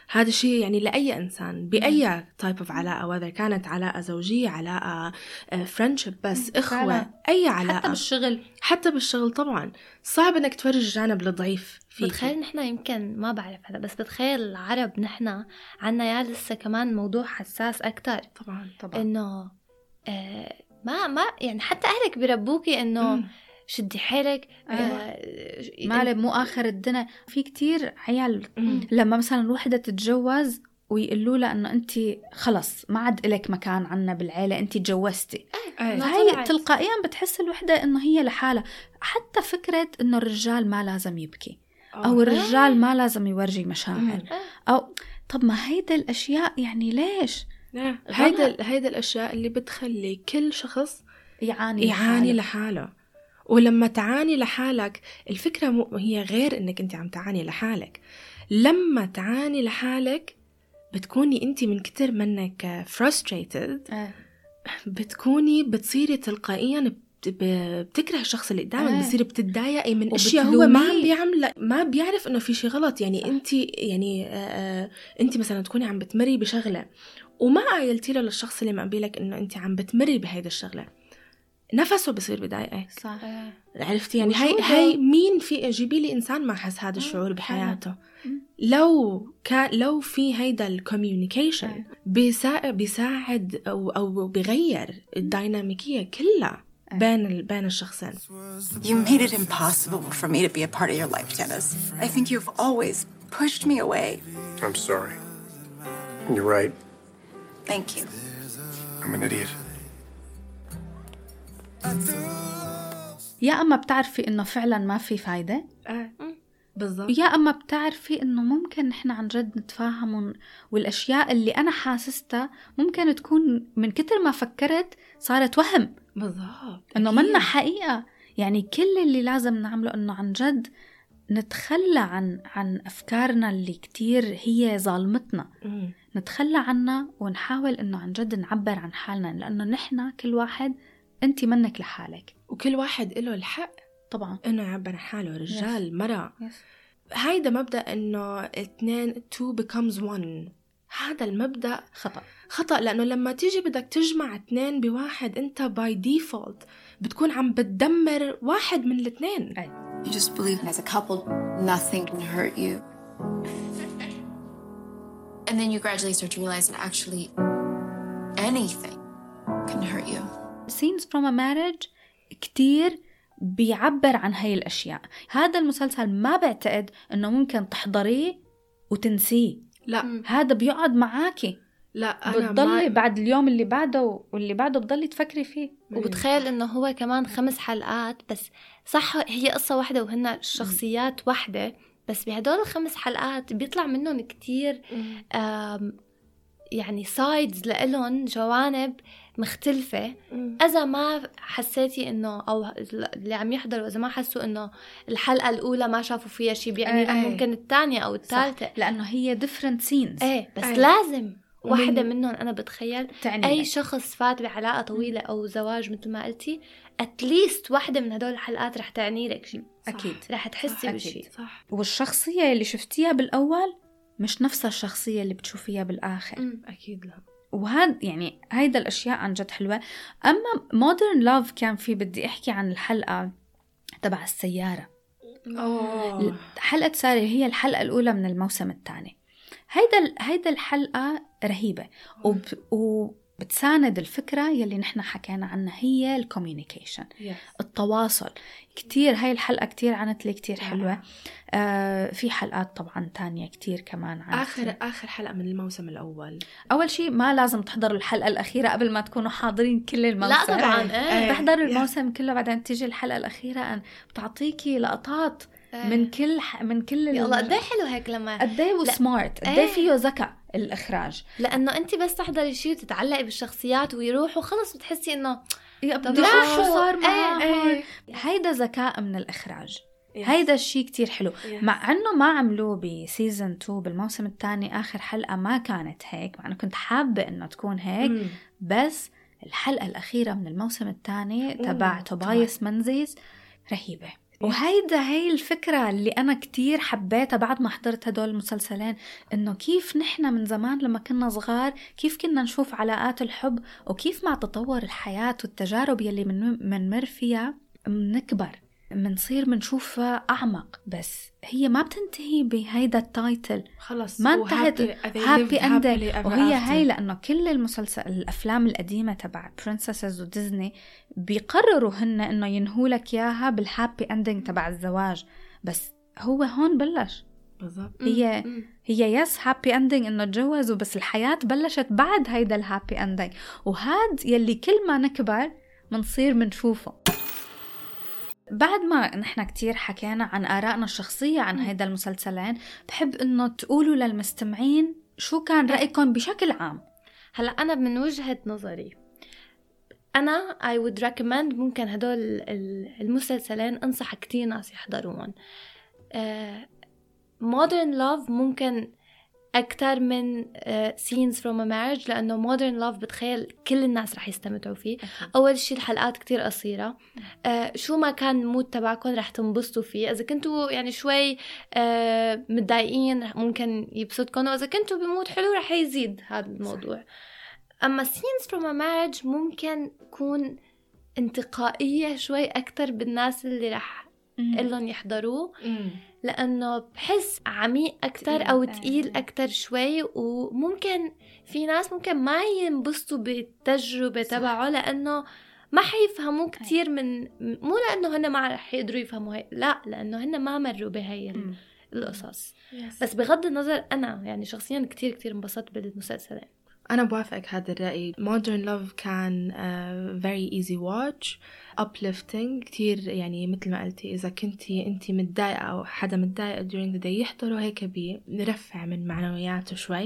S3: هذا الشيء يعني لأي إنسان بأي type of علاقة، وإذا كانت علاقة زوجية، علاقة friendship، بس إخوة، أي علاقة، حتى بالشغل طبعا صعب إنك تفرج الجانب الضعيف فيك.
S2: بتخيل نحنا يمكن ما بعرف هذا، بس بتخيل العرب نحنا عنا يا لسه كمان موضوع حساس أكتر.
S3: طبعا
S2: إنه ما يعني حتى أهلك بيربوكي إنه شدي حالك،
S1: مالي مو آخر الدنيا. في كتير عيال لما مثلا الوحدة تتجوز ويقولوا لها إنه أنت خلص ما عاد إلك مكان عنا بالعيلة، أنت تجوزتي، هاي تلقائيا بتحس الوحدة إنه هي لحالها. حتى فكرة إنه الرجال ما لازم يبكي أو الرجال ما لازم يورجي مشاعر أو طب ما هيدا الأشياء يعني ليش؟
S3: هيدا الأشياء اللي بتخلي كل شخص
S1: يعاني
S3: لحاله. ولما تعاني لحالك الفكرة هي غير إنك أنت عم تعاني لحالك. لما تعاني لحالك بتكوني أنت من كتر منك frustrated بتكوني بتصيري تلقائيا بتكره الشخص اللي قدامك، بتصيري بتتضايقي من أشياء هو ما بيعرف إنه في شيء غلط. يعني أنت يعني أنت مثلا تكوني عم بتمري بشغلة وما قايلتي له للشخص اللي مقابلك إنه أنت عم بتمري بهيدا الشغلة، نفسه بصير بضايقه.
S1: صح.
S3: عرفتي يعني هاي مين في جيبي لي إنسان ما حس هذا الشعور بحياته. لو في هيدا الكوميونيكيشن بيساعد أو بيغير الديناميكية كلها بين الشخصين.
S11: You made it impossible for me to be a part of your life, Dennis. I think you've always pushed me away.
S6: I'm sorry. You're right.
S11: Thank you.
S6: I'm an idiot.
S1: يا أما بتعرفي إنه فعلا ما في فايدة
S3: بالضبط،
S1: يا أما بتعرفي إنه ممكن نحن عن جد نتفاهم، والأشياء اللي أنا حاسستها ممكن تكون من كتر ما فكرت صارت وهم.
S3: بالضبط،
S1: إنه منا حقيقة. يعني كل اللي لازم نعمله إنه عن جد نتخلى عن أفكارنا اللي كتير هي ظالمتنا، نتخلى عنها ونحاول إنه عن جد نعبر عن حالنا، لأنه نحن كل واحد، أنت منك لحالك
S3: وكل واحد له الحق
S1: طبعا
S3: إنه يعبر عن حاله، رجال مرأة. هيدا مبدأ إنه 2 becomes 1، هذا المبدأ خطأ. لأنه لما تيجي بدك تجمع 2 بواحد أنت by default بتكون عم بتدمر واحد من الاثنين.
S9: You just believe as a couple nothing can hurt you, and then you gradually start to realize that actually anything can hurt you.
S1: Scenes from a marriage كتير بيعبر عن هاي الأشياء. هذا المسلسل ما بعتقد إنه ممكن تحضريه وتنسيه،
S3: لا
S1: هذا بيقعد معاكي.
S3: لا
S1: بتضلي بعد اليوم اللي بعده واللي بعده بتضلي تفكري فيه.
S2: وبتخيل إنه هو كمان 5 حلقات بس، صح هي قصة واحدة وهن الشخصيات واحدة، بس بهدول 5 حلقات بيطلع منهم كتير يعني سايدز لإلهم، جوانب مختلفة. إذا ما حسيتي إنه أو اللي عم يحضروا إذا ما حسوا إنه الحلقة الأولى ما شافوا فيها شيء، يعني ممكن الثانية أو الثالثة،
S1: لأنه هي different scenes.
S2: بس لازم واحدة منهم أنا بتخيل أي
S1: لك.
S2: شخص فات بعلاقة طويلة أو زواج مثل ما قلتي أتليست واحدة من هدول الحلقات رح تعني لك شيء.
S1: أكيد
S2: رح تحسي بشيء.
S1: والشخصية اللي شفتيها بالأول مش نفس الشخصية اللي بتشوفيها بالآخر.
S3: أكيد لا.
S1: وهذا يعني هيدا الأشياء عن جد حلوة. أما Modern Love كان في بدي أحكي عن الحلقة تبع السيارة. حلقة سارة هي الحلقة الأولى من الموسم الثاني. هيدا الحلقة رهيبة وبتساند الفكرة يلي نحن حكينا عنها، هي الكوميونيكيشن، التواصل. كتير هاي الحلقة كتير عنت لي كتير حلوة. في حلقات طبعا تانية كتير كمان عنت.
S3: آخر حلقة من الموسم الأول.
S1: أول شيء ما لازم تحضروا الحلقة الأخيرة قبل ما تكونوا حاضرين كل الموسم.
S2: لا طبعا
S1: تحضروا الموسم كله بعدين تيجي الحلقة الأخيرة بتعطيكي لقطات من كل
S2: الله قد ايه حلو هيك لما
S1: قد ايه وسمارت، قد ايه فيه ذكاء الإخراج.
S2: لأنه أنت بس تحضري شيء وتتعلقي بالشخصيات ويروحوا خلص بتحسي إنه
S1: شو صار معهم. هيدا ذكاء من الإخراج. هيدا الشيء كتير حلو. مع أنه ما عملوه بسيزن 2 بالموسم الثاني، آخر حلقة ما كانت هيك، مع أنه كنت حابة أنه تكون هيك. بس الحلقة الأخيرة من الموسم الثاني تبع توبايس منزيز رهيبة. هي الفكرة اللي أنا كتير حبيتها بعد ما حضرت هدول المسلسلين، إنه كيف نحن من زمان لما كنا صغار كيف كنا نشوف علاقات الحب، وكيف مع تطور الحياة والتجارب يلي منمر فيها منكبر منصير منشوفها أعمق. بس هي ما بتنتهي بهيدا التايتل،
S3: خلص
S1: ما انتهت هابي اندينج. وهي هاي لأنه كل الأفلام القديمة تبع برنسسز وديزني بيقرروا هن إنه ينهوا لك إياها بالهابي اندينج تبع الزواج، بس هو هون بلش
S3: بالضبط.
S1: هي يس هابي اندينج إنه تجوزوا، بس الحياة بلشت بعد هيدا الهابي اندينج، وهاد يلي كل ما نكبر منصير منشوفه. بعد ما نحن كتير حكينا عن آرائنا الشخصية عن هيدا المسلسلين، بحب إنه تقولوا للمستمعين شو كان رأيكم بشكل عام.
S2: هلأ أنا من وجهة نظري أنا I would recommend ممكن هدول المسلسلين أنصح كتير ناس يحضروهم. Modern Love ممكن أكتر من Scenes from a Marriage، لأنه Modern Love بتخيل كل الناس رح يستمتعوا فيه. أول شيء الحلقات كتير قصيرة، شو ما كان المود تبعكم رح تنبسطوا فيه. إذا كنتوا يعني شوي متضايقين ممكن يبسطكم، وإذا كنتوا بمود حلو رح يزيد هذا الموضوع. أما Scenes from a Marriage ممكن يكون انتقائية شوي أكتر بالناس اللي رح إلهم يحضروه، لأنه بحس عميق أكتر أو تقيل أكتر شوي، وممكن في ناس ممكن ما ينبسطوا بالتجربة تبعه لأنه ما حيفهموا كتير من، مو لأنه هن ما رح يقدروا يفهموا هاي، لا، لأنه هن ما مروا بهاي القصص. بس بغض النظر أنا يعني شخصيا كتير انبسطت بالمسلسلين.
S3: أنا بوافقك هذا الرأي. Modern Love كان very easy watch, uplifting كتير، يعني مثل ما قلتي إذا أنتي متضايقة أو حدا متضايقة during the day يحضروا، هيك بنرفع من معنوياته شوي،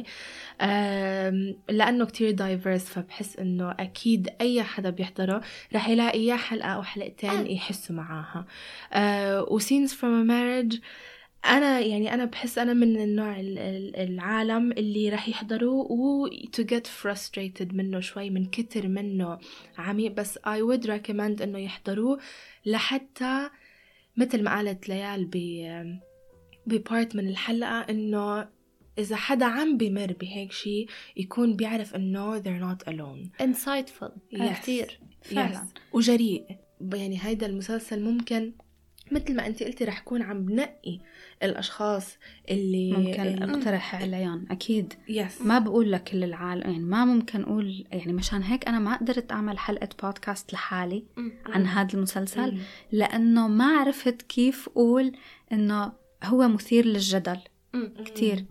S3: لأنه كتير diverse، فبحس إنه أكيد أي حدا بيحضره رح يلاقي إياه حلقة أو حلقتين يحسوا معاها. و Scenes from a Marriage أنا بحس أنا من النوع العالم اللي رح يحضروه to get frustrated منه شوي من كتر منه عميق، بس I would recommend إنه يحضروه لحتى مثل ما قالت ليال ببارت من الحلقة، إنه إذا حدا عم بمر بهيك شيء يكون بيعرف إنه they're not alone.
S2: insightful كتير فعلا
S3: وجريء. يعني هيدا المسلسل ممكن مثل ما أنت قلتي رح يكون عم بنقي الأشخاص اللي
S1: ممكن أقترح عليهم. أكيد ما بقول لك كل العالم، يعني ما ممكن أقول، يعني مشان هيك أنا ما قدرت أعمل حلقة بودكاست لحالي عن هذا المسلسل، لأنه ما عرفت كيف أقول إنه هو مثير للجدل كتير.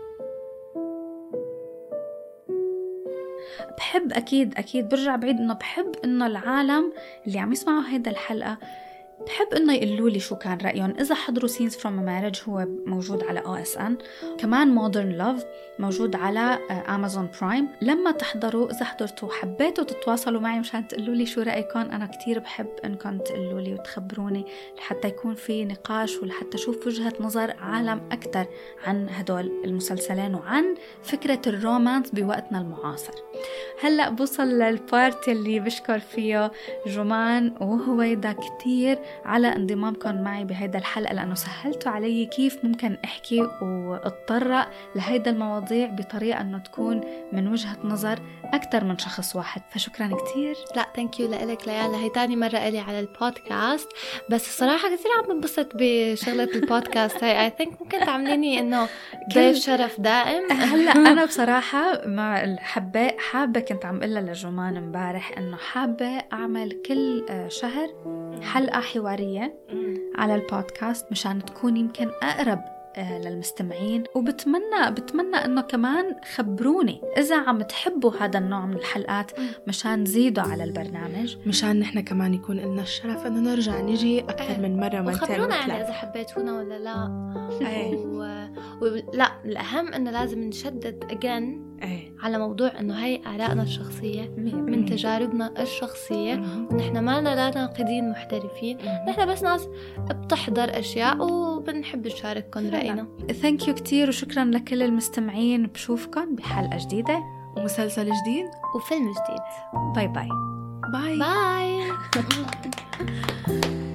S1: بحب أكيد برجع بعيد إنه بحب إنه العالم اللي عم يسمعوا هيدا الحلقة بحب إنه يقولوا لي شو كان رأيهم. إذا حضروا Scenes from a Marriage هو موجود على OSN، كمان Modern Love موجود على Amazon Prime. لما تحضروا، إذا حضرتوا حبيتوا تتواصلوا معي مشان تقولوا لي شو رأيكم، أنا كتير بحب إنكم تقولوا لي وتخبروني لحتى يكون في نقاش ولحتى أشوف وجهة نظر عالم أكتر عن هدول المسلسلين وعن فكرة الرومانس بوقتنا المعاصر. هلأ بوصل للبارت اللي بشكر فيه جمان وهويدا كتير على انضمامكم معي بهيدا الحلقة، لأنه سهلتوا علي كيف ممكن أحكي واتطرق لهيدا المواضيع بطريقة أنه تكون من وجهة نظر أكتر من شخص واحد. فشكرا كتير.
S2: لا thank you لك ليال، هي تاني مرة إلي على البودكاست، بس الصراحة كتير عم بنبسط بشغلة البودكاست هاي. I think ممكن تعمليني إنه ضيف شرف دائم.
S1: هلأ أنا بصراحة مع حابة كنت عم قلها لجمان امبارح إنه حابة أعمل كل شهر حلقة حوارية على البودكاست مشان تكون يمكن أقرب للمستمعين. وبتمنى إنه كمان خبروني إذا عم تحبوا هذا النوع من الحلقات مشان نزيدوا على البرنامج،
S3: مشان نحن كمان يكون لنا الشرف إنه نرجع نجي أكثر من مرة مرتين
S2: وخبرونا يعني إذا حبيتونا ولا لا. لا الأهم إنه لازم نشدد again على موضوع إنه هاي آرائنا الشخصية من تجاربنا الشخصية، ونحن ما لا ناقدين محترفين، نحن بس ناس بتحضر أشياء وبنحب نشارككم رأينا.
S1: ثانك يو كتير وشكرا لكل المستمعين. بشوفكم بحلقة جديدة
S3: ومسلسل جديد
S2: وفيلم جديد.
S1: باي باي
S2: باي باي.